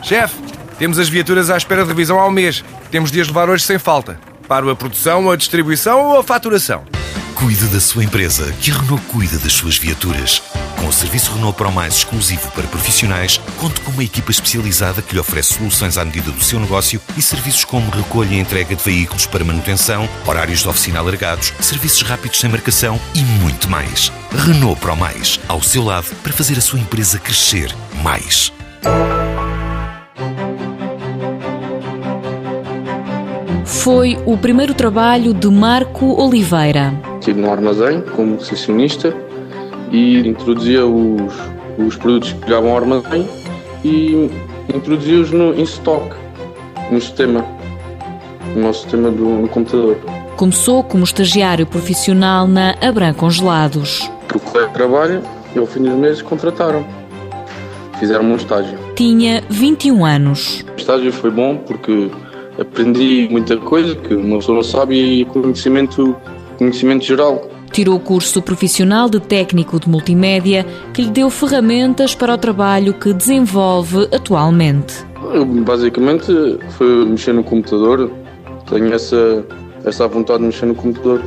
Chefe, temos as viaturas à espera de revisão há um mês. Temos de as levar hoje sem falta. Para a produção, a distribuição ou a faturação? Cuide da sua empresa, que a Renault cuida das suas viaturas. Com o serviço Renault Pro Mais exclusivo para profissionais, conte com uma equipa especializada que lhe oferece soluções à medida do seu negócio e serviços como recolha e entrega de veículos para manutenção, horários de oficina alargados, serviços rápidos sem marcação e muito mais. Renault Pro Mais, ao seu lado para fazer a sua empresa crescer mais. Foi o primeiro trabalho de Marco Oliveira. Estive no armazém como recepcionista e introduzia os produtos que chegavam ao armazém e introduzia-os em stock, no nosso sistema no computador. Começou como estagiário profissional na Abram Congelados. Procurei trabalho e ao fim dos meses contrataram. Fizeram-me um estágio. Tinha 21 anos. O estágio foi bom porque aprendi muita coisa que uma pessoa não sabe e conhecimento geral. Tirou o curso profissional de técnico de multimédia que lhe deu ferramentas para o trabalho que desenvolve atualmente. Basicamente foi mexer no computador. Tenho essa vontade de mexer no computador.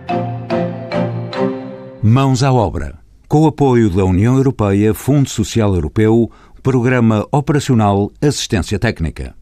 Mãos à obra. Com o apoio da União Europeia, Fundo Social Europeu, Programa Operacional Assistência Técnica.